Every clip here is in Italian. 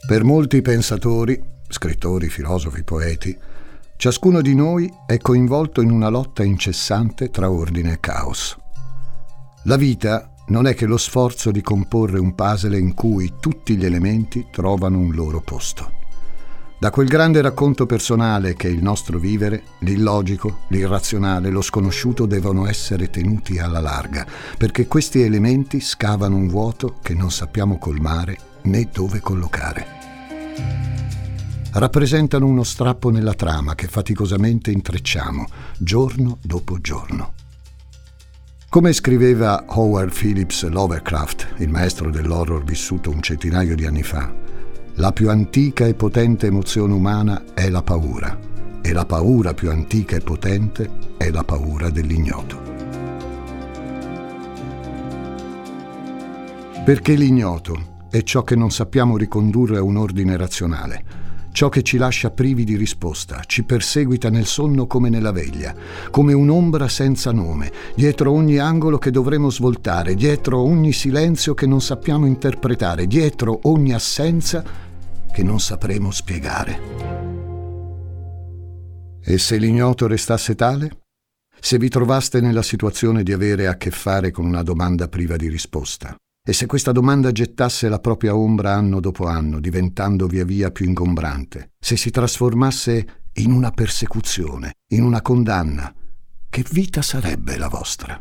Per molti pensatori, scrittori, filosofi, poeti, ciascuno di noi è coinvolto in una lotta incessante tra ordine e caos. La vita non è che lo sforzo di comporre un puzzle in cui tutti gli elementi trovano un loro posto. Da quel grande racconto personale che è il nostro vivere, l'illogico, l'irrazionale, lo sconosciuto devono essere tenuti alla larga, perché questi elementi scavano un vuoto che non sappiamo colmare né dove collocare. Rappresentano uno strappo nella trama che faticosamente intrecciamo, giorno dopo giorno. Come scriveva Howard Phillips Lovecraft, il maestro dell'horror vissuto un centinaio di anni fa, la più antica e potente emozione umana è la paura, e la paura più antica e potente è la paura dell'ignoto. Perché l'ignoto è ciò che non sappiamo ricondurre a un ordine razionale, ciò che ci lascia privi di risposta, ci perseguita nel sonno come nella veglia, come un'ombra senza nome, dietro ogni angolo che dovremo svoltare, dietro ogni silenzio che non sappiamo interpretare, dietro ogni assenza che non sapremo spiegare. E se l'ignoto restasse tale? Se vi trovaste nella situazione di avere a che fare con una domanda priva di risposta? E se questa domanda gettasse la propria ombra anno dopo anno, diventando via via più ingombrante? Se si trasformasse in una persecuzione, in una condanna? Che vita sarebbe la vostra?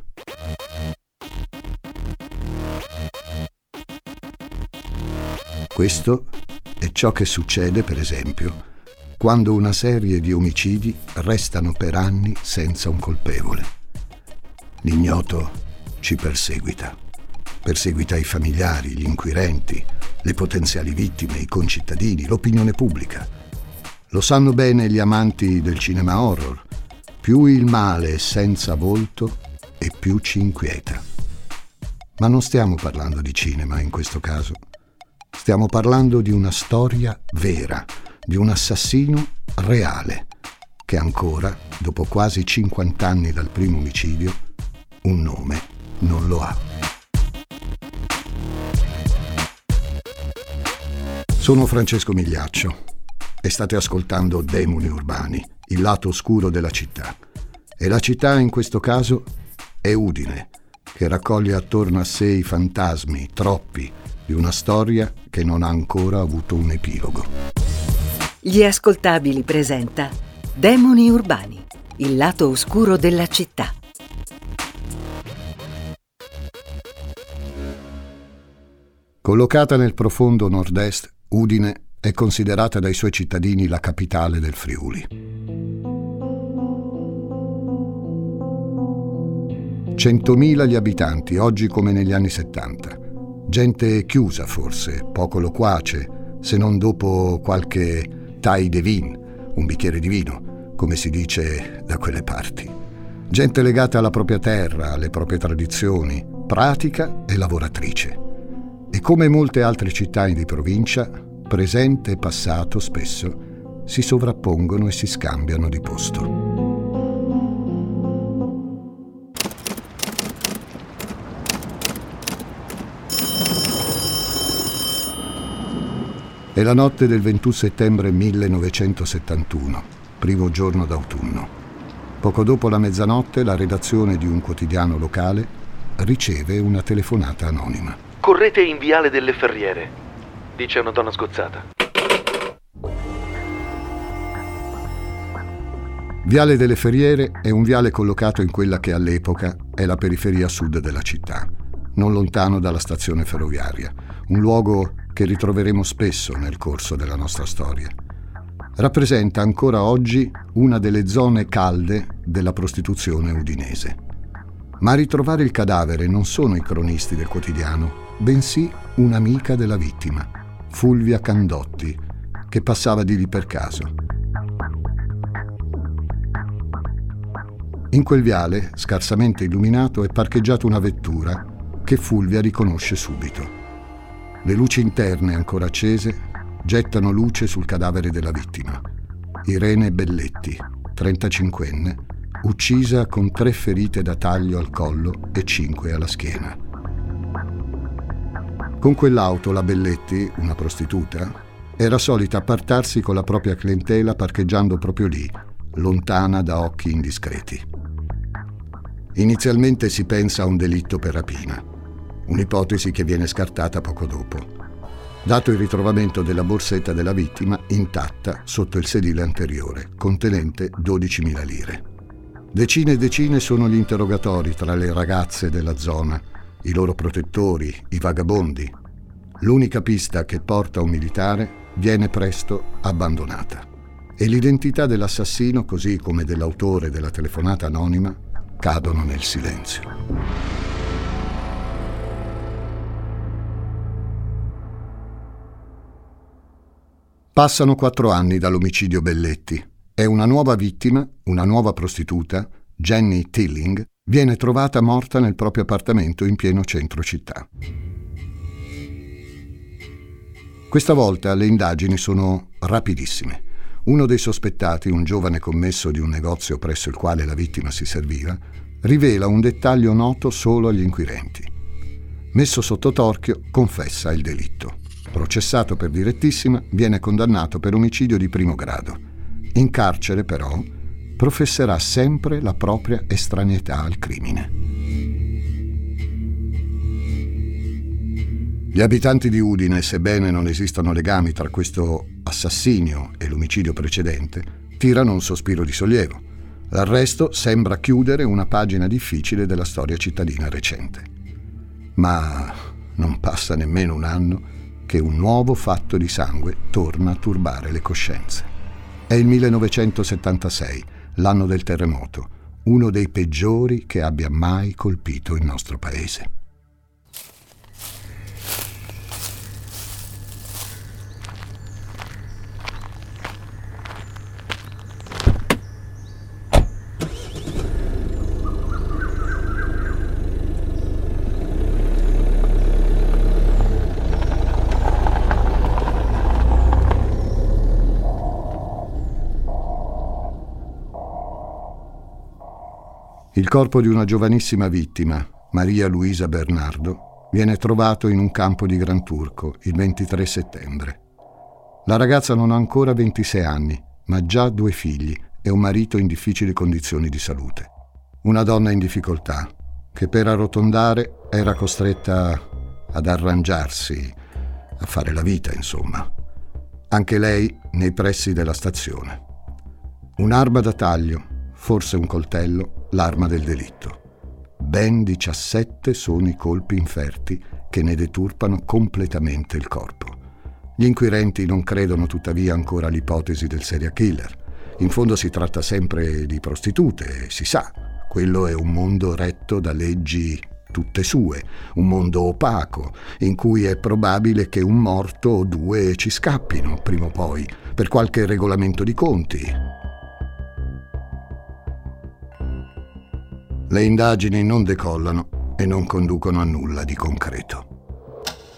Questo è ciò che succede, per esempio, quando una serie di omicidi restano per anni senza un colpevole. L'ignoto ci perseguita. Perseguita i familiari, gli inquirenti, le potenziali vittime, i concittadini, l'opinione pubblica. Lo sanno bene gli amanti del cinema horror. Più il male è senza volto e più ci inquieta. Ma non stiamo parlando di cinema in questo caso. Stiamo parlando di una storia vera, di un assassino reale, che ancora, dopo quasi 50 anni dal primo omicidio, un nome non lo ha. Sono Francesco Migliaccio e state ascoltando Demoni Urbani, il lato oscuro della città. E la città in questo caso è Udine, che raccoglie attorno a sé i fantasmi, troppi, di una storia che non ha ancora avuto un epilogo. Gli Ascoltabili presenta Demoni Urbani, il lato oscuro della città. Collocata nel profondo nord-est, Udine è considerata dai suoi cittadini la capitale del Friuli. 100.000 gli abitanti, oggi come negli anni 70. Gente chiusa forse, poco loquace, se non dopo qualche taille de vin, un bicchiere di vino, come si dice da quelle parti. Gente legata alla propria terra, alle proprie tradizioni, pratica e lavoratrice. E come molte altre città di provincia, presente e passato spesso si sovrappongono e si scambiano di posto. È la notte del 21 settembre 1971, primo giorno d'autunno. Poco dopo la mezzanotte la redazione di un quotidiano locale riceve una telefonata anonima. Correte in Viale delle Ferriere, dice una donna sgozzata. Viale delle Ferriere è un viale collocato in quella che all'epoca è la periferia sud della città, non lontano dalla stazione ferroviaria, un luogo che ritroveremo spesso nel corso della nostra storia. Rappresenta ancora oggi una delle zone calde della prostituzione udinese. Ma a ritrovare il cadavere non sono i cronisti del quotidiano, bensì un'amica della vittima, Fulvia Candotti, che passava di lì per caso. In quel viale, scarsamente illuminato, è parcheggiata una vettura che Fulvia riconosce subito. Le luci interne ancora accese gettano luce sul cadavere della vittima, Irene Belletti, 35enne, uccisa con 3 ferite da taglio al collo e 5 alla schiena. Con quell'auto la Belletti, una prostituta, era solita appartarsi con la propria clientela parcheggiando proprio lì, lontana da occhi indiscreti. Inizialmente si pensa a un delitto per rapina, un'ipotesi che viene scartata poco dopo, dato il ritrovamento della borsetta della vittima intatta sotto il sedile anteriore, contenente 12.000 lire. Decine e decine sono gli interrogatori tra le ragazze della zona, i loro protettori, i vagabondi. L'unica pista che porta un militare viene presto abbandonata e l'identità dell'assassino, così come dell'autore della telefonata anonima, cadono nel silenzio. Passano 4 anni dall'omicidio Belletti e una nuova vittima, una nuova prostituta, Jenny Tilling, viene trovata morta nel proprio appartamento in pieno centro città. Questa volta le indagini sono rapidissime. Uno dei sospettati, un giovane commesso di un negozio presso il quale la vittima si serviva, rivela un dettaglio noto solo agli inquirenti. Messo sotto torchio, confessa il delitto. Processato per direttissima, viene condannato per omicidio di primo grado. In carcere, però, professerà sempre la propria estraneità al crimine. Gli abitanti di Udine, sebbene non esistano legami tra questo assassinio e l'omicidio precedente, tirano un sospiro di sollievo. L'arresto sembra chiudere una pagina difficile della storia cittadina recente. Ma non passa nemmeno un anno che un nuovo fatto di sangue torna a turbare le coscienze. È il 1976, l'anno del terremoto, uno dei peggiori che abbia mai colpito il nostro paese. Il corpo di una giovanissima vittima, Maria Luisa Bernardo, viene trovato in un campo di Gran Turco il 23 settembre. La ragazza non ha ancora 26 anni, ma già 2 figli e un marito in difficili condizioni di salute. Una donna in difficoltà, che per arrotondare era costretta ad arrangiarsi, a fare la vita, insomma. Anche lei nei pressi della stazione. Un'arma da taglio, forse un coltello, l'arma del delitto. Ben 17 sono i colpi inferti che ne deturpano completamente il corpo. Gli inquirenti non credono tuttavia ancora all'ipotesi del serial killer. In fondo si tratta sempre di prostitute, si sa. Quello è un mondo retto da leggi tutte sue, un mondo opaco, in cui è probabile che un morto o 2 ci scappino, prima o poi, per qualche regolamento di conti. Le indagini non decollano e non conducono a nulla di concreto.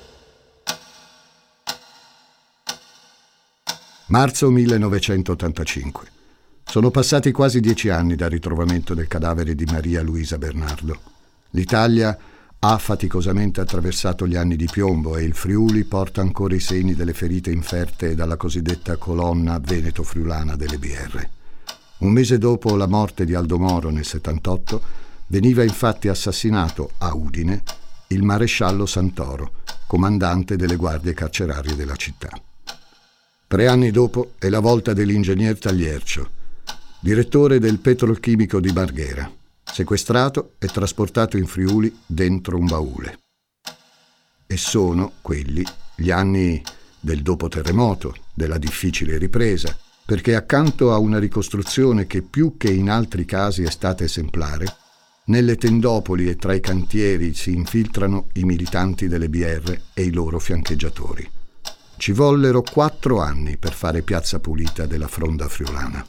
Marzo 1985. Sono passati quasi 10 anni dal ritrovamento del cadavere di Maria Luisa Bernardo. L'Italia ha faticosamente attraversato gli anni di piombo e il Friuli porta ancora i segni delle ferite inferte dalla cosiddetta colonna veneto-friulana delle BR. Un mese dopo la morte di Aldo Moro nel 78, veniva infatti assassinato a Udine il maresciallo Santoro, comandante delle guardie carcerarie della città. 3 anni dopo è la volta dell'ingegner Tagliercio, direttore del petrolchimico di Marghera, sequestrato e trasportato in Friuli dentro un baule. E sono quelli gli anni del dopo terremoto, della difficile ripresa, perché accanto a una ricostruzione che più che in altri casi è stata esemplare, nelle tendopoli e tra i cantieri si infiltrano i militanti delle BR e i loro fiancheggiatori. Ci vollero 4 anni per fare piazza pulita della fronda friulana.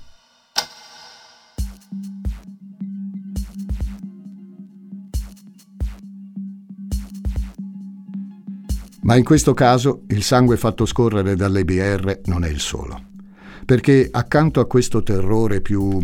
Ma in questo caso il sangue fatto scorrere dalle BR non è il solo, perché accanto a questo terrore più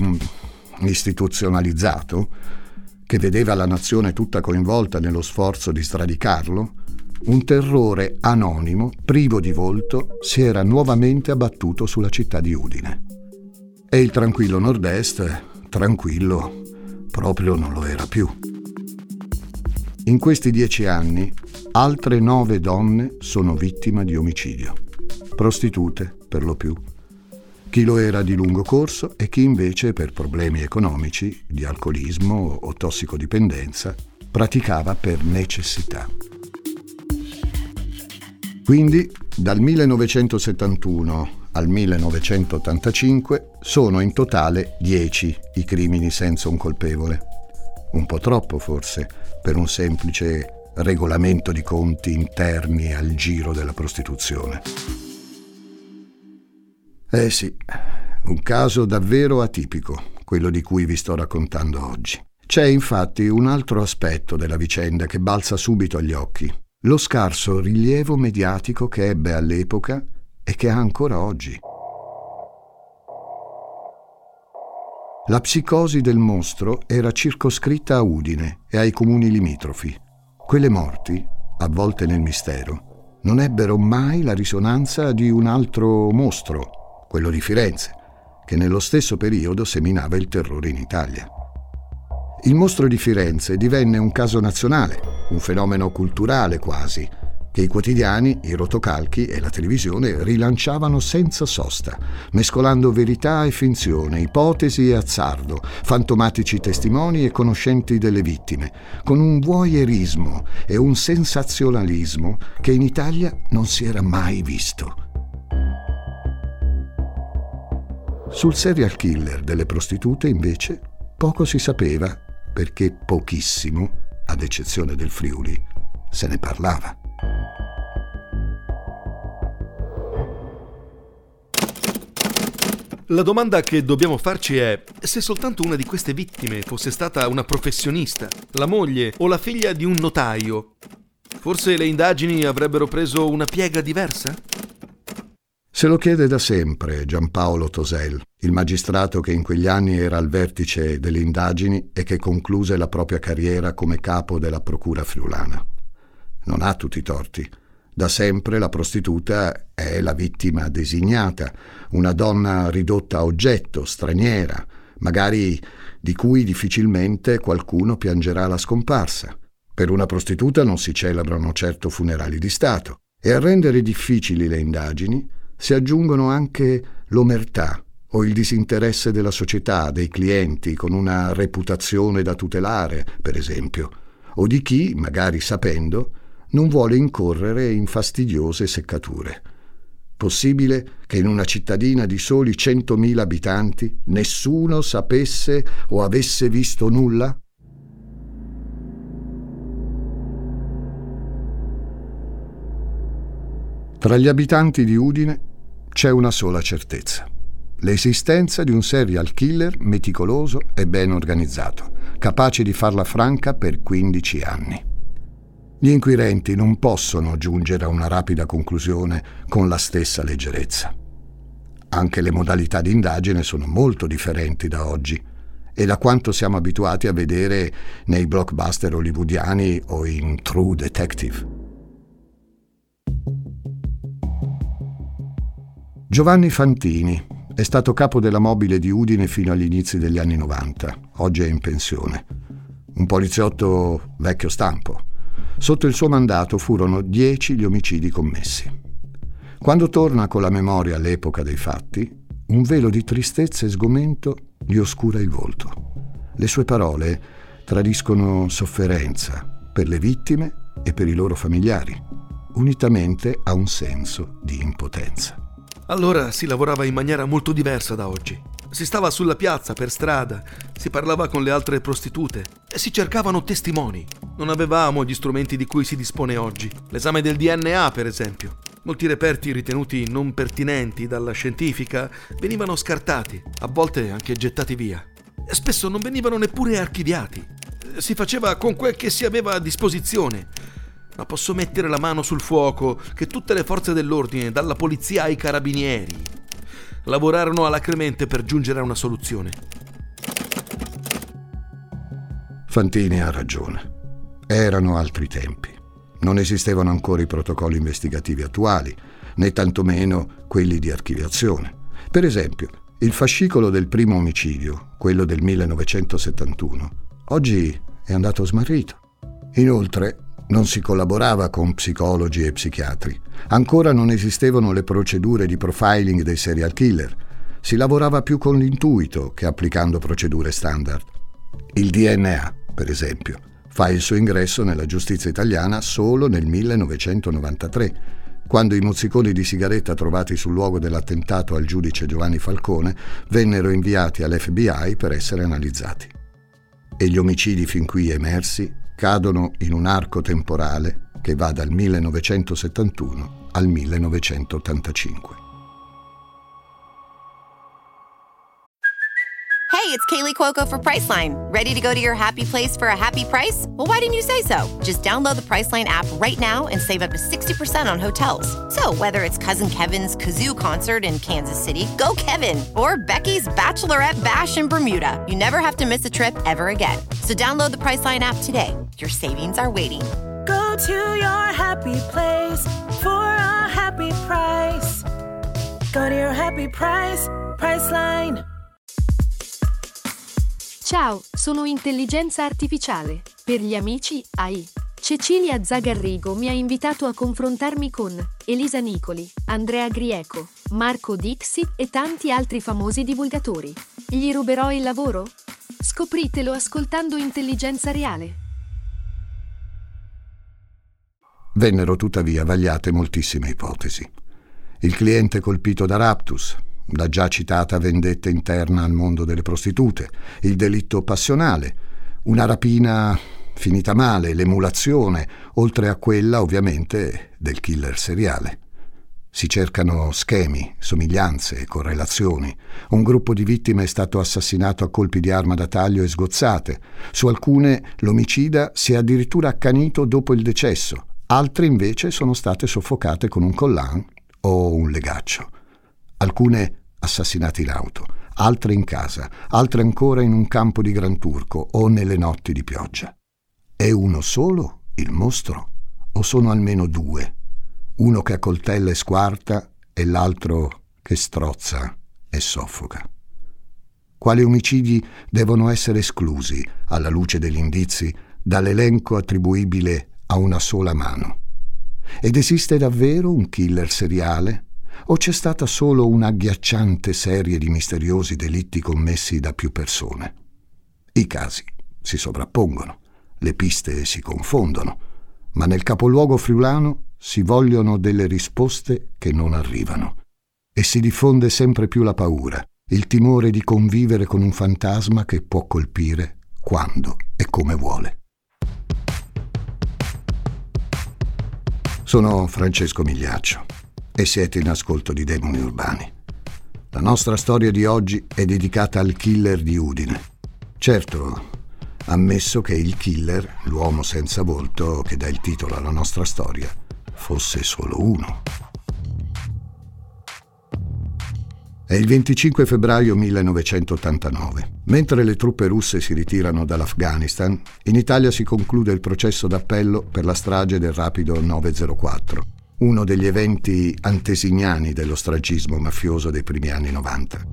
istituzionalizzato, che vedeva la nazione tutta coinvolta nello sforzo di sradicarlo, un terrore anonimo, privo di volto, si era nuovamente abbattuto sulla città di Udine. E il tranquillo nord-est, tranquillo, proprio non lo era più. In questi 10 anni, altre 9 donne sono vittime di omicidio. Prostitute, per lo più. Chi lo era di lungo corso e chi invece, per problemi economici, di alcolismo o tossicodipendenza, praticava per necessità. Quindi, dal 1971 al 1985 sono in totale 10 i crimini senza un colpevole. Un po' troppo, forse, per un semplice regolamento di conti interni al giro della prostituzione. Sì, un caso davvero atipico, quello di cui vi sto raccontando oggi. C'è infatti un altro aspetto della vicenda che balza subito agli occhi: lo scarso rilievo mediatico che ebbe all'epoca e che ha ancora oggi. La psicosi del mostro era circoscritta a Udine e ai comuni limitrofi. Quelle morti, avvolte nel mistero, non ebbero mai la risonanza di un altro mostro, quello di Firenze, che nello stesso periodo seminava il terrore in Italia. Il mostro di Firenze divenne un caso nazionale, un fenomeno culturale quasi, che i quotidiani, i rotocalchi e la televisione rilanciavano senza sosta, mescolando verità e finzione, ipotesi e azzardo, fantomatici testimoni e conoscenti delle vittime, con un voyeurismo e un sensazionalismo che in Italia non si era mai visto. Sul serial killer delle prostitute, invece, poco si sapeva, perché pochissimo, ad eccezione del Friuli, se ne parlava. La domanda che dobbiamo farci è: se soltanto una di queste vittime fosse stata una professionista, la moglie o la figlia di un notaio, forse le indagini avrebbero preso una piega diversa? Se lo chiede da sempre Giampaolo Tosel, il magistrato che in quegli anni era al vertice delle indagini e che concluse la propria carriera come capo della procura friulana. Non ha tutti i torti. Da sempre la prostituta è la vittima designata, una donna ridotta a oggetto, straniera, magari di cui difficilmente qualcuno piangerà la scomparsa. Per una prostituta non si celebrano certo funerali di Stato, e a rendere difficili le indagini si aggiungono anche l'omertà o il disinteresse della società, dei clienti con una reputazione da tutelare, per esempio, o di chi, magari sapendo, non vuole incorrere in fastidiose seccature. Possibile che in una cittadina di soli 100.000 abitanti nessuno sapesse o avesse visto nulla? Tra gli abitanti di Udine c'è una sola certezza: l'esistenza di un serial killer meticoloso e ben organizzato, capace di farla franca per 15 anni. Gli inquirenti non possono giungere a una rapida conclusione con la stessa leggerezza. Anche le modalità di indagine sono molto differenti da oggi e da quanto siamo abituati a vedere nei blockbuster hollywoodiani o in True Detective. Giovanni Fantini è stato capo della mobile di Udine fino agli inizi degli anni 90. Oggi è in pensione. Un poliziotto vecchio stampo. Sotto il suo mandato furono 10 gli omicidi commessi. Quando torna con la memoria all'epoca dei fatti, un velo di tristezza e sgomento gli oscura il volto. Le sue parole tradiscono sofferenza per le vittime e per i loro familiari, unitamente a un senso di impotenza. Allora si lavorava in maniera molto diversa da oggi. Si stava sulla piazza, per strada, si parlava con le altre prostitute e si cercavano testimoni. Non avevamo gli strumenti di cui si dispone oggi. L'esame del DNA, per esempio. Molti reperti ritenuti non pertinenti dalla scientifica venivano scartati, a volte anche gettati via. E spesso non venivano neppure archiviati. Si faceva con quel che si aveva a disposizione. Ma posso mettere la mano sul fuoco che tutte le forze dell'ordine, dalla polizia ai carabinieri, lavorarono alacremente per giungere a una soluzione. Fantini ha ragione. Erano altri tempi. Non esistevano ancora i protocolli investigativi attuali, né tantomeno quelli di archiviazione. Per esempio, il fascicolo del primo omicidio, quello del 1971, oggi è andato smarrito. Inoltre, non si collaborava con psicologi e psichiatri. Ancora non esistevano le procedure di profiling dei serial killer. Si lavorava più con l'intuito che applicando procedure standard. Il DNA, per esempio, fa il suo ingresso nella giustizia italiana solo nel 1993, quando i mozziconi di sigaretta trovati sul luogo dell'attentato al giudice Giovanni Falcone vennero inviati all'FBI per essere analizzati. E gli omicidi fin qui emersi cadono in un arco temporale che va dal 1971 al 1985. Hey, it's Kaylee Cuoco for Priceline. Ready to go to your happy place for a happy price? Well, why didn't you say so? Just download the Priceline app right now and save up to 60% on hotels. So whether it's Cousin Kevin's Kazoo Concert in Kansas City, go Kevin, or Becky's Bachelorette Bash in Bermuda, you never have to miss a trip ever again. So download the Priceline app today. Your savings are waiting. Go to your happy place for a happy price. Go to your happy price, Priceline. Ciao, sono Intelligenza Artificiale. Per gli amici, AI. Cecilia Zagarrigo mi ha invitato a confrontarmi con Elisa Nicoli, Andrea Grieco, Marco Dixit e tanti altri famosi divulgatori. Gli ruberò il lavoro? Scopritelo ascoltando Intelligenza Reale. Vennero tuttavia vagliate moltissime ipotesi. Il cliente colpito da raptus, la già citata vendetta interna al mondo delle prostitute, il delitto passionale, una rapina finita male, l'emulazione, oltre a quella ovviamente del killer seriale. Si cercano schemi, somiglianze, correlazioni. Un gruppo di vittime è stato assassinato a colpi di arma da taglio e sgozzate. Su alcune l'omicida si è addirittura accanito dopo il decesso, altre invece sono state soffocate con un collant o un legaccio. Alcune assassinate in auto, altre in casa, altre ancora in un campo di Gran Turco o nelle notti di pioggia. È uno solo il mostro? O sono almeno due? Uno che accoltella e squarta e l'altro che strozza e soffoca. Quali omicidi devono essere esclusi, alla luce degli indizi, dall'elenco attribuibile a una sola mano? Ed esiste davvero un killer seriale? O c'è stata solo un'agghiacciante serie di misteriosi delitti commessi da più persone? I casi si sovrappongono, le piste si confondono, ma nel capoluogo friulano si vogliono delle risposte che non arrivano. E si diffonde sempre più la paura, il timore di convivere con un fantasma che può colpire quando e come vuole. Sono Francesco Migliaccio e siete in ascolto di Demoni Urbani. La nostra storia di oggi è dedicata al killer di Udine. Certo, ammesso che il killer, l'uomo senza volto che dà il titolo alla nostra storia, fosse solo uno. È il 25 febbraio 1989. Mentre le truppe russe si ritirano dall'Afghanistan, in Italia si conclude il processo d'appello per la strage del Rapido 904, uno degli eventi antesignani dello stragismo mafioso dei primi anni 90.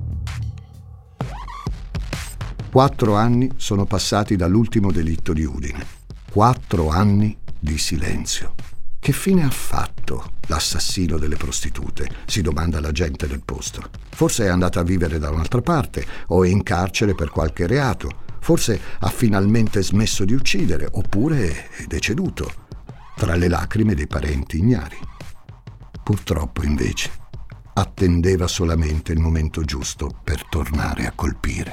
4 anni sono passati dall'ultimo delitto di Udine. 4 anni di silenzio. Che fine ha fatto l'assassino delle prostitute? Si domanda la gente del posto. Forse è andata a vivere da un'altra parte o è in carcere per qualche reato. Forse ha finalmente smesso di uccidere oppure è deceduto, tra le lacrime dei parenti ignari. Purtroppo, invece, attendeva solamente il momento giusto per tornare a colpire.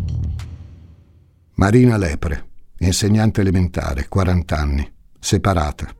Marina Lepre, insegnante elementare, 40 anni, separata.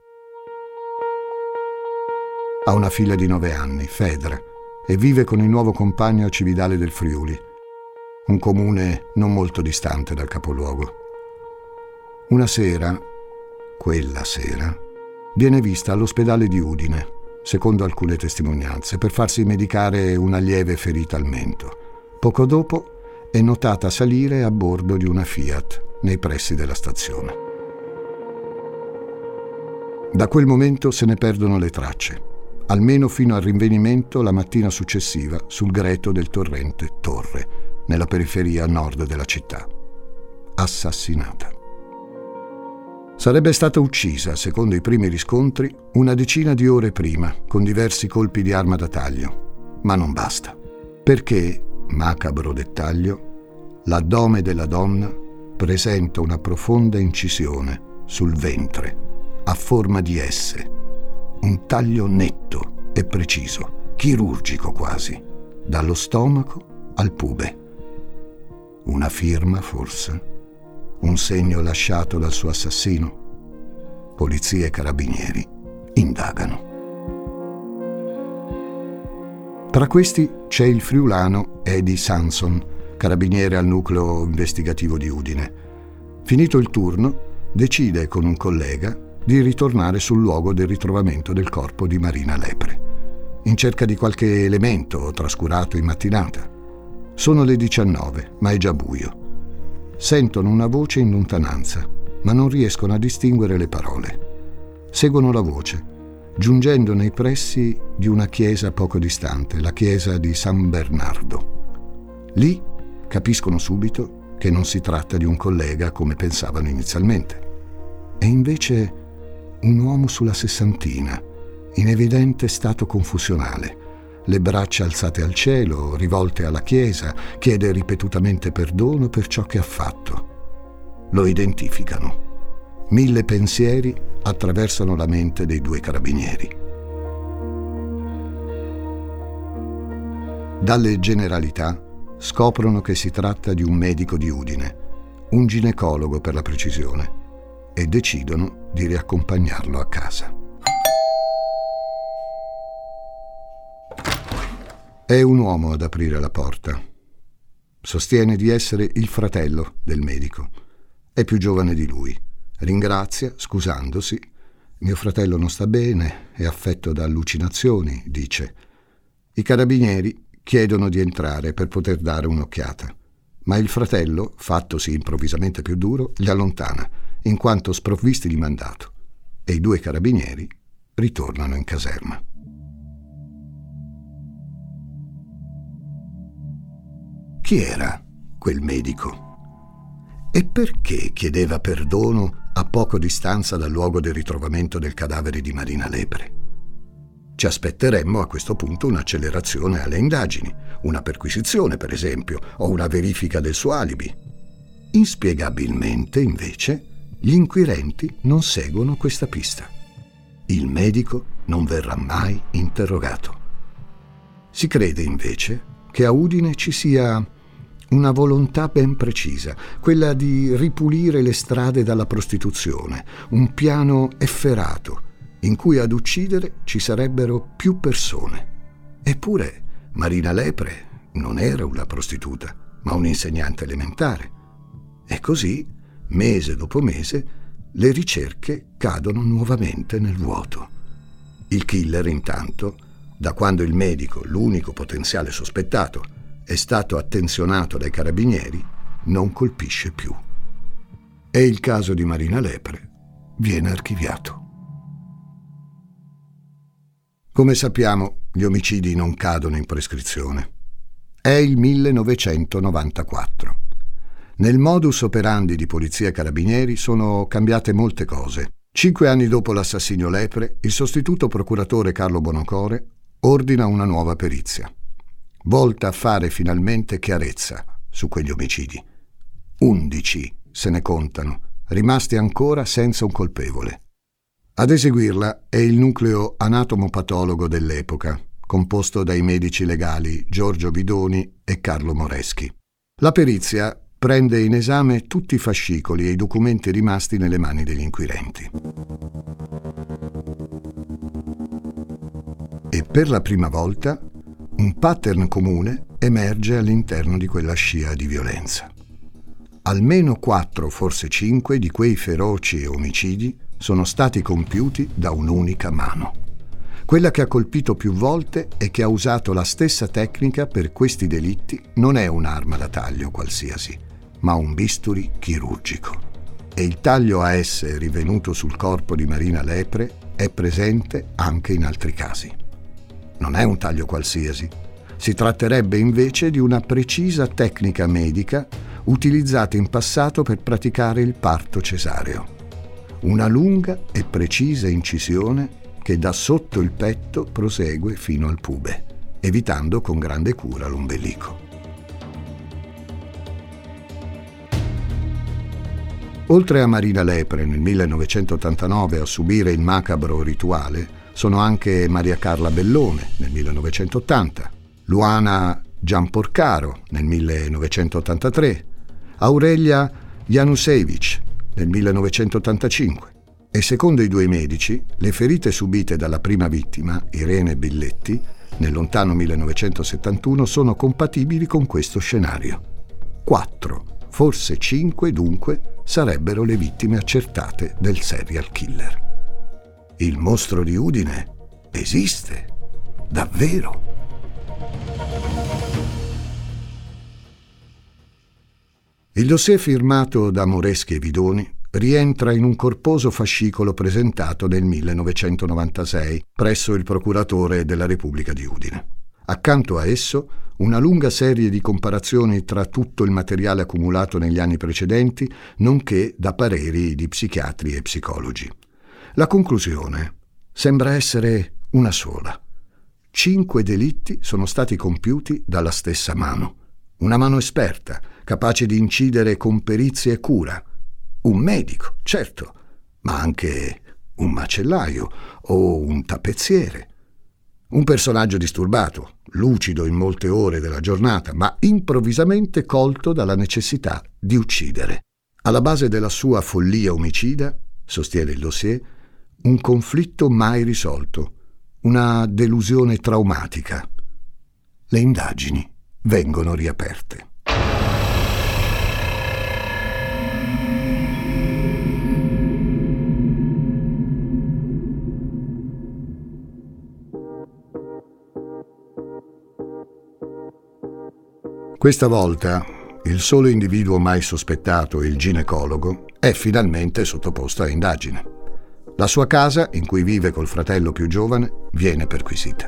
Ha una figlia di 9 anni, Fedra, e vive con il nuovo compagno a Cividale del Friuli, un comune non molto distante dal capoluogo. Una sera, quella sera, viene vista all'ospedale di Udine, secondo alcune testimonianze, per farsi medicare una lieve ferita al mento. Poco dopo è notata salire a bordo di una Fiat nei pressi della stazione. Da quel momento se ne perdono le tracce, almeno fino al rinvenimento la mattina successiva sul greto del torrente Torre, nella periferia nord della città. Assassinata. Sarebbe stata uccisa, secondo i primi riscontri, una decina di ore prima, con diversi colpi di arma da taglio. Ma non basta, perché, macabro dettaglio, l'addome della donna presenta una profonda incisione sul ventre, a forma di S, un taglio netto e preciso, chirurgico quasi, dallo stomaco al pube. Una firma, forse? Un segno lasciato dal suo assassino? Polizia e carabinieri indagano. Tra questi c'è il friulano Eddie Sanson, carabiniere al nucleo investigativo di Udine. Finito il turno, decide con un collega di ritornare sul luogo del ritrovamento del corpo di Marina Lepre, in cerca di qualche elemento trascurato in mattinata. Sono le 19, ma è già buio. Sentono una voce in lontananza, ma non riescono a distinguere le parole. Seguono la voce, giungendo nei pressi di una chiesa poco distante, la chiesa di San Bernardo. Lì capiscono subito che non si tratta di un collega come pensavano inizialmente. È invece un uomo sulla sessantina, in evidente stato confusionale, le braccia alzate al cielo, rivolte alla chiesa, chiede ripetutamente perdono per ciò che ha fatto. Lo identificano. 1000 pensieri attraversano la mente dei due carabinieri. Dalle generalità scoprono che si tratta di un medico di Udine, un ginecologo per la precisione, e decidono di riaccompagnarlo a casa. È un uomo ad aprire la porta. Sostiene di essere il fratello del medico. È più giovane di lui. Ringrazia, scusandosi. Mio fratello non sta bene, è affetto da allucinazioni, dice. I carabinieri chiedono di entrare per poter dare un'occhiata, ma il fratello, fattosi improvvisamente più duro, li allontana, in quanto sprovvisti di mandato, e i due carabinieri ritornano in caserma. Chi era quel medico? E perché chiedeva perdono a poco distanza dal luogo del ritrovamento del cadavere di Marina Lepre? Ci aspetteremmo a questo punto un'accelerazione alle indagini, una perquisizione per esempio, o una verifica del suo alibi. Inspiegabilmente, invece, gli inquirenti non seguono questa pista. Il medico non verrà mai interrogato. Si crede invece che a Udine ci sia una volontà ben precisa, quella di ripulire le strade dalla prostituzione, un piano efferato in cui ad uccidere ci sarebbero più persone. Eppure Marina Lepre non era una prostituta, ma un'insegnante elementare. E così, mese dopo mese, le ricerche cadono nuovamente nel vuoto. Il killer, intanto, da quando il medico, l'unico potenziale sospettato, è stato attenzionato dai carabinieri, non colpisce più. E il caso di Marina Lepre viene archiviato. Come sappiamo, gli omicidi non cadono in prescrizione. È il 1994. Nel modus operandi di polizia e carabinieri sono cambiate molte cose. 5 anni dopo l'assassinio Lepre, il sostituto procuratore Carlo Bonocore ordina una nuova perizia, volta a fare finalmente chiarezza su quegli omicidi. 11 se ne contano, rimasti ancora senza un colpevole. Ad eseguirla è il nucleo anatomopatologo dell'epoca, composto dai medici legali Giorgio Vidoni e Carlo Moreschi. La perizia prende in esame tutti i fascicoli e i documenti rimasti nelle mani degli inquirenti. E per la prima volta un pattern comune emerge all'interno di quella scia di violenza. Almeno 4, forse 5 di quei feroci omicidi sono stati compiuti da un'unica mano. Quella che ha colpito più volte e che ha usato la stessa tecnica per questi delitti non è un'arma da taglio qualsiasi, ma un bisturi chirurgico. E il taglio a S rivenuto sul corpo di Marina Lepre è presente anche in altri casi. Non è un taglio qualsiasi. Si tratterebbe invece di una precisa tecnica medica utilizzata in passato per praticare il parto cesareo. Una lunga e precisa incisione che da sotto il petto prosegue fino al pube, evitando con grande cura l'ombelico. Oltre a Marina Lepre nel 1989 a subire il macabro rituale, sono anche Maria Carla Bellone nel 1980, Luana Gianporcaro nel 1983, Aurelia Janušević nel 1985 e secondo i due medici le ferite subite dalla prima vittima, Irene Billetti, nel lontano 1971 sono compatibili con questo scenario. 4, forse 5 dunque, sarebbero le vittime accertate del serial killer. Il mostro di Udine esiste, davvero. Il dossier firmato da Moreschi e Vidoni rientra in un corposo fascicolo presentato nel 1996 presso il procuratore della Repubblica di Udine. Accanto a esso una lunga serie di comparazioni tra tutto il materiale accumulato negli anni precedenti, nonché da pareri di psichiatri e psicologi. La conclusione sembra essere una sola. 5 delitti sono stati compiuti dalla stessa mano. Una mano esperta, capace di incidere con perizia e cura. Un medico, certo, ma anche un macellaio o un tappezziere. Un personaggio disturbato, lucido in molte ore della giornata, ma improvvisamente colto dalla necessità di uccidere. Alla base della sua follia omicida, sostiene il dossier, un conflitto mai risolto, una delusione traumatica. Le indagini vengono riaperte. Questa volta il solo individuo mai sospettato, il ginecologo, è finalmente sottoposto a indagine. La sua casa, in cui vive col fratello più giovane, viene perquisita.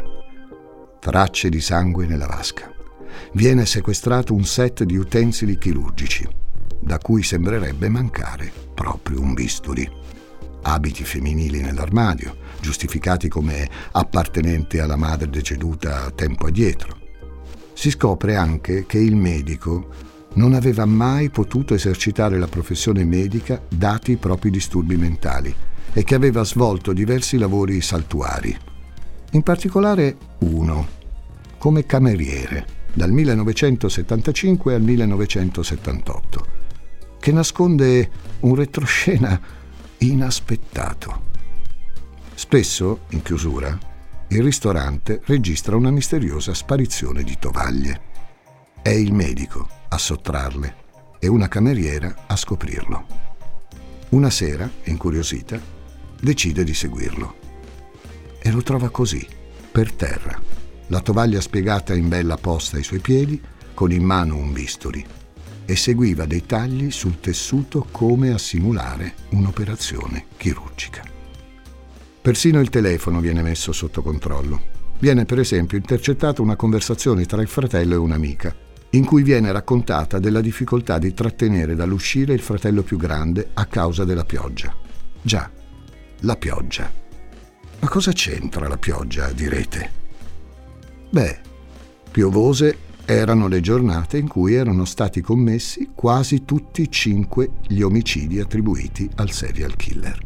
Tracce di sangue nella vasca. Viene sequestrato un set di utensili chirurgici, da cui sembrerebbe mancare proprio un bisturi. Abiti femminili nell'armadio, giustificati come appartenenti alla madre deceduta tempo addietro. Si scopre anche che il medico non aveva mai potuto esercitare la professione medica dati i propri disturbi mentali e che aveva svolto diversi lavori saltuari. In particolare uno, come cameriere, dal 1975 al 1978, che nasconde un retroscena inaspettato. Spesso, in chiusura, il ristorante registra una misteriosa sparizione di tovaglie. È il medico a sottrarle e una cameriera a scoprirlo. Una sera, incuriosita, decide di seguirlo. E lo trova così, per terra, la tovaglia spiegata in bella posta ai suoi piedi, con in mano un bisturi, e seguiva dei tagli sul tessuto come a simulare un'operazione chirurgica. Persino il telefono viene messo sotto controllo. Viene per esempio intercettata una conversazione tra il fratello e un'amica, in cui viene raccontata della difficoltà di trattenere dall'uscire il fratello più grande a causa della pioggia. Già, la pioggia. Ma cosa c'entra la pioggia, direte? Beh, piovose erano le giornate in cui erano stati commessi quasi tutti 5 gli omicidi attribuiti al serial killer.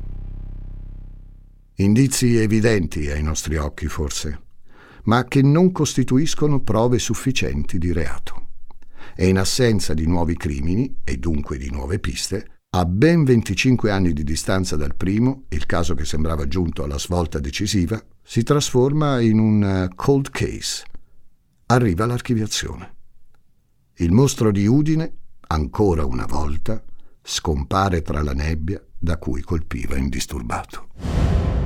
Indizi evidenti ai nostri occhi, forse, ma che non costituiscono prove sufficienti di reato. E in assenza di nuovi crimini, e dunque di nuove piste, a ben 25 anni di distanza dal primo, il caso che sembrava giunto alla svolta decisiva, si trasforma in un cold case. Arriva l'archiviazione. Il mostro di Udine, ancora una volta, scompare tra la nebbia da cui colpiva indisturbato.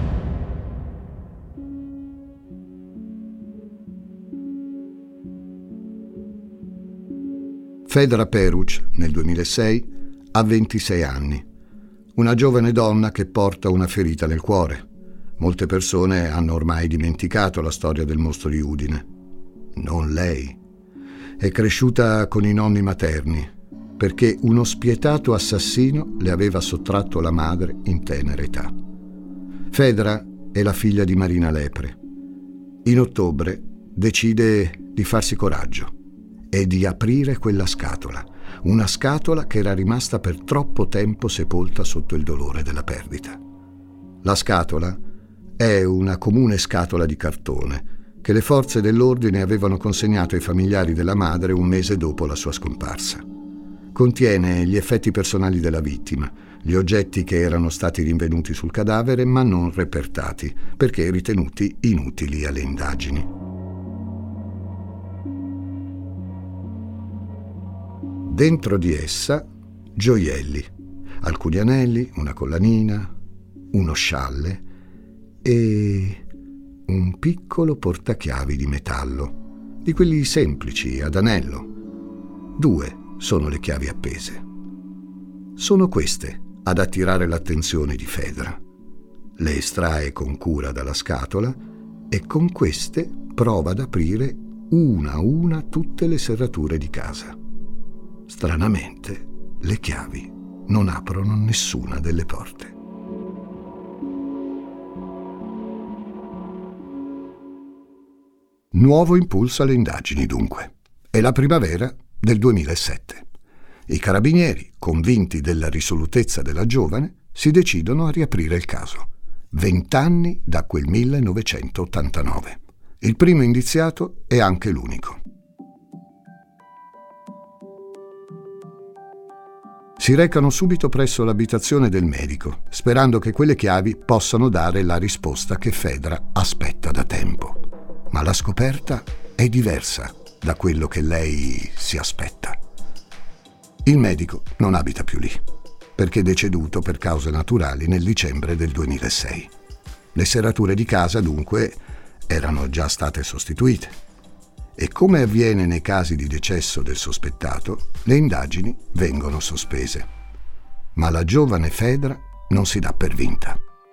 Fedra Peruc, nel 2006, ha 26 anni, una giovane donna che porta una ferita nel cuore, Molte persone hanno ormai dimenticato la storia del mostro di Udine. Non lei. È cresciuta con i nonni materni, perché uno spietato assassino le aveva sottratto la madre in tenera età. Fedra è la figlia di Marina Lepre. In ottobre decide di farsi coraggio e di aprire quella scatola, una scatola che era rimasta per troppo tempo sepolta sotto il dolore della perdita. La scatola è una comune scatola di cartone che le forze dell'ordine avevano consegnato ai familiari della madre un mese dopo la sua scomparsa. Contiene gli effetti personali della vittima, gli oggetti che erano stati rinvenuti sul cadavere ma non repertati perché ritenuti inutili alle indagini. Dentro di essa gioielli, alcuni anelli, una collanina, uno scialle e un piccolo portachiavi di metallo, di quelli semplici ad anello. 2 sono le chiavi appese. Sono queste ad attirare l'attenzione di Fedra. Le estrae con cura dalla scatola e con queste prova ad aprire una a una tutte le serrature di casa. Stranamente, le chiavi non aprono nessuna delle porte. Nuovo impulso alle indagini, dunque. È la primavera del 2007. I carabinieri, convinti della risolutezza della giovane, si decidono a riaprire il caso. 20 anni da quel 1989. Il primo indiziato è anche l'unico. Si recano subito presso l'abitazione del medico, sperando che quelle chiavi possano dare la risposta che Fedra aspetta da tempo. Ma la scoperta è diversa da quello che lei si aspetta. Il medico non abita più lì, perché è deceduto per cause naturali nel dicembre del 2006. Le serrature di casa, dunque, erano già state sostituite. E come avviene nei casi di decesso del sospettato, le indagini vengono sospese. Ma la giovane Fedra non si dà per vinta.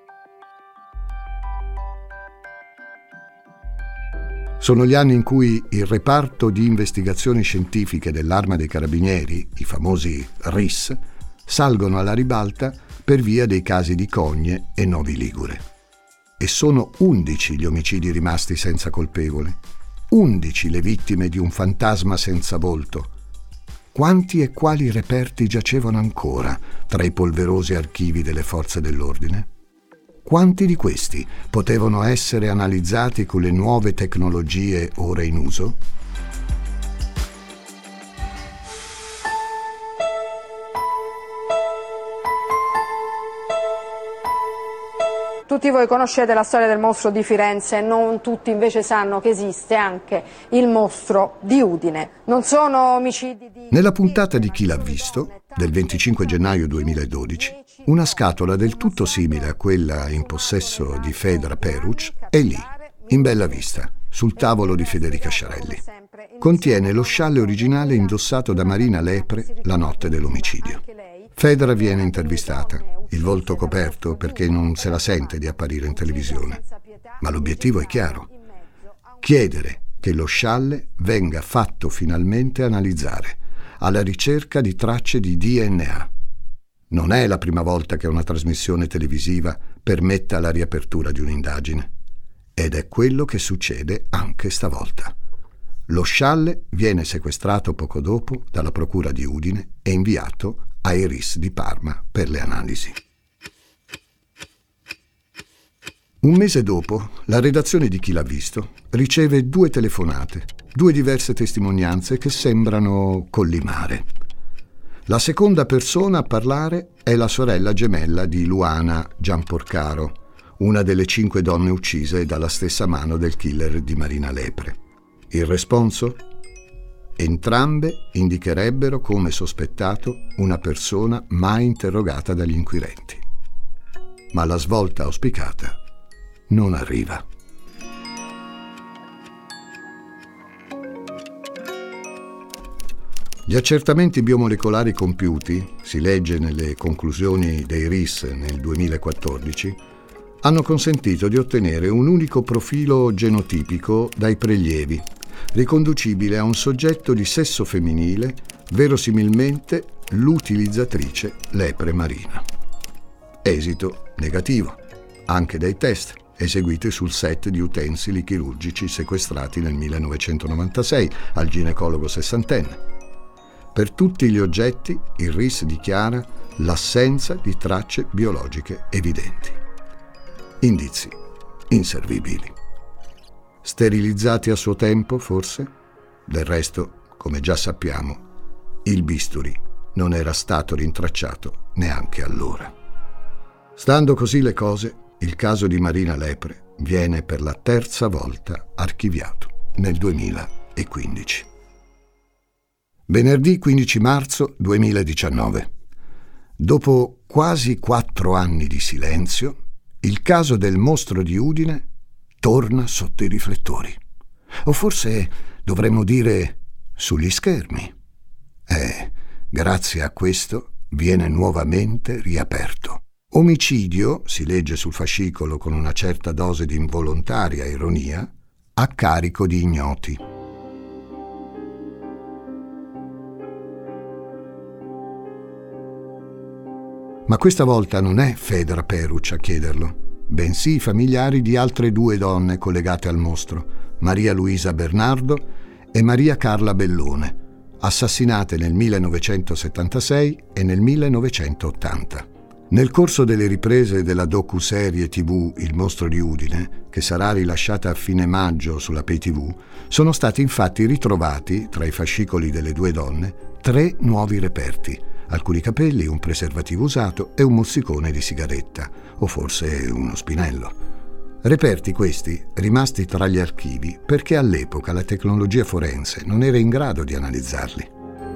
Sono gli anni in cui il reparto di investigazioni scientifiche dell'Arma dei Carabinieri, i famosi RIS, salgono alla ribalta per via dei casi di Cogne e Novi Ligure. E sono 11 gli omicidi rimasti senza colpevole, 11 le vittime di un fantasma senza volto. Quanti e quali reperti giacevano ancora tra i polverosi archivi delle forze dell'ordine? Quanti di questi potevano essere analizzati con le nuove tecnologie ora in uso? Tutti voi conoscete la storia del mostro di Firenze, non tutti invece sanno che esiste anche il mostro di Udine. Non sono omicidi di... Nella puntata di Chi l'ha visto, del 25 gennaio 2012, una scatola del tutto simile a quella in possesso di Fedra Peruc è lì, in bella vista, sul tavolo di Federica Sciarelli. Contiene lo scialle originale indossato da Marina Lepre la notte dell'omicidio. Fedra viene intervistata, il volto coperto perché non se la sente di apparire in televisione. Ma l'obiettivo è chiaro: chiedere che lo scialle venga fatto finalmente analizzare, alla ricerca di tracce di DNA. Non è la prima volta che una trasmissione televisiva permetta la riapertura di un'indagine. Ed è quello che succede anche stavolta. Lo scialle viene sequestrato poco dopo dalla procura di Udine e inviato ai RIS di Parma per le analisi. Un mese dopo, la redazione di Chi l'ha visto riceve 2 telefonate, 2 diverse testimonianze che sembrano collimare. La seconda persona a parlare è la sorella gemella di Luana Giamporcaro, una delle 5 donne uccise dalla stessa mano del killer di Marina Lepre. Il responso? Entrambe indicherebbero come sospettato una persona mai interrogata dagli inquirenti. Ma la svolta auspicata non arriva. Gli accertamenti biomolecolari compiuti, si legge nelle conclusioni dei RIS nel 2014, hanno consentito di ottenere un unico profilo genotipico dai prelievi, riconducibile a un soggetto di sesso femminile, verosimilmente l'utilizzatrice lepre marina. Esito negativo, anche dai test eseguiti sul set di utensili chirurgici sequestrati nel 1996 al ginecologo sessantenne. Per tutti gli oggetti il RIS dichiara l'assenza di tracce biologiche evidenti. Indizi inservibili. Sterilizzati a suo tempo, forse? Del resto, come già sappiamo, il bisturi non era stato rintracciato neanche allora. Stando così le cose, il caso di Marina Lepre viene per la terza volta archiviato nel 2015. Venerdì 15 marzo 2019. Dopo quasi 4 anni di silenzio, il caso del mostro di Udine torna sotto i riflettori. O forse dovremmo dire sugli schermi. Grazie a questo viene nuovamente riaperto. Omicidio, si legge sul fascicolo con una certa dose di involontaria ironia, a carico di ignoti. Ma questa volta non è Fedra Peruccia a chiederlo, bensì i familiari di altre 2 donne collegate al mostro, Maria Luisa Bernardo e Maria Carla Bellone, assassinate nel 1976 e nel 1980. Nel corso delle riprese della docuserie TV Il mostro di Udine, che sarà rilasciata a fine maggio sulla Pay TV, sono stati infatti ritrovati, tra i fascicoli delle 2 donne, 3 nuovi reperti: alcuni capelli, un preservativo usato e un mozzicone di sigaretta, o forse uno spinello. Reperti questi rimasti tra gli archivi perché all'epoca la tecnologia forense non era in grado di analizzarli.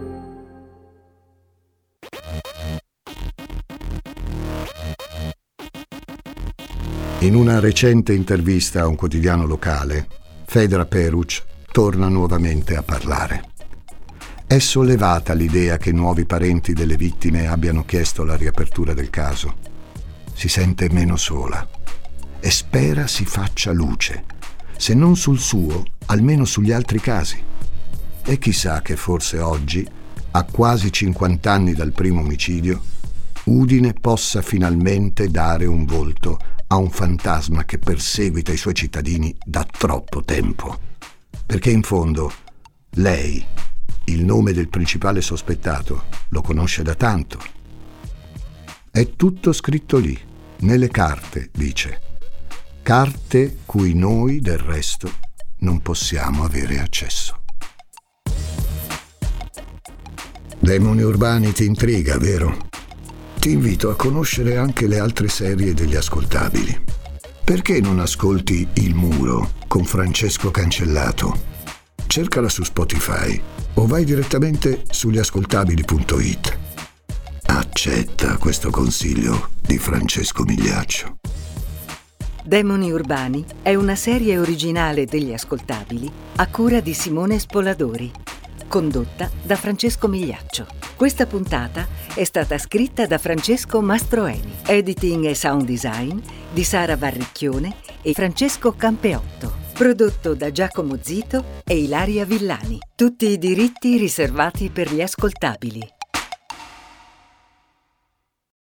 In una recente intervista a un quotidiano locale, Fedra Peruccia torna nuovamente a parlare. È sollevata l'idea che nuovi parenti delle vittime abbiano chiesto la riapertura del caso. Si sente meno sola e spera si faccia luce, se non sul suo, almeno sugli altri casi. E chissà che forse oggi, a quasi 50 anni dal primo omicidio, Udine possa finalmente dare un volto a un fantasma che perseguita i suoi cittadini da troppo tempo. Perché in fondo lei, il nome del principale sospettato, lo conosce da tanto. È tutto scritto lì, nelle carte, dice. Carte cui noi, del resto, non possiamo avere accesso. Demoni Urbani ti intriga, vero? Ti invito a conoscere anche le altre serie degli ascoltabili. Perché non ascolti Il Muro con Francesco Cancellato? Cercala su Spotify o vai direttamente sugliascoltabili.it. Accetta questo consiglio di Francesco Migliaccio. Demoni Urbani è una serie originale degli ascoltabili a cura di Simone Spoladori, condotta da Francesco Migliaccio. Questa puntata è stata scritta da Francesco Mastroeni, editing e sound design di Sara Varricchione e Francesco Campeotto, prodotto da Giacomo Zito e Ilaria Villani. Tutti i diritti riservati per gli ascoltabili.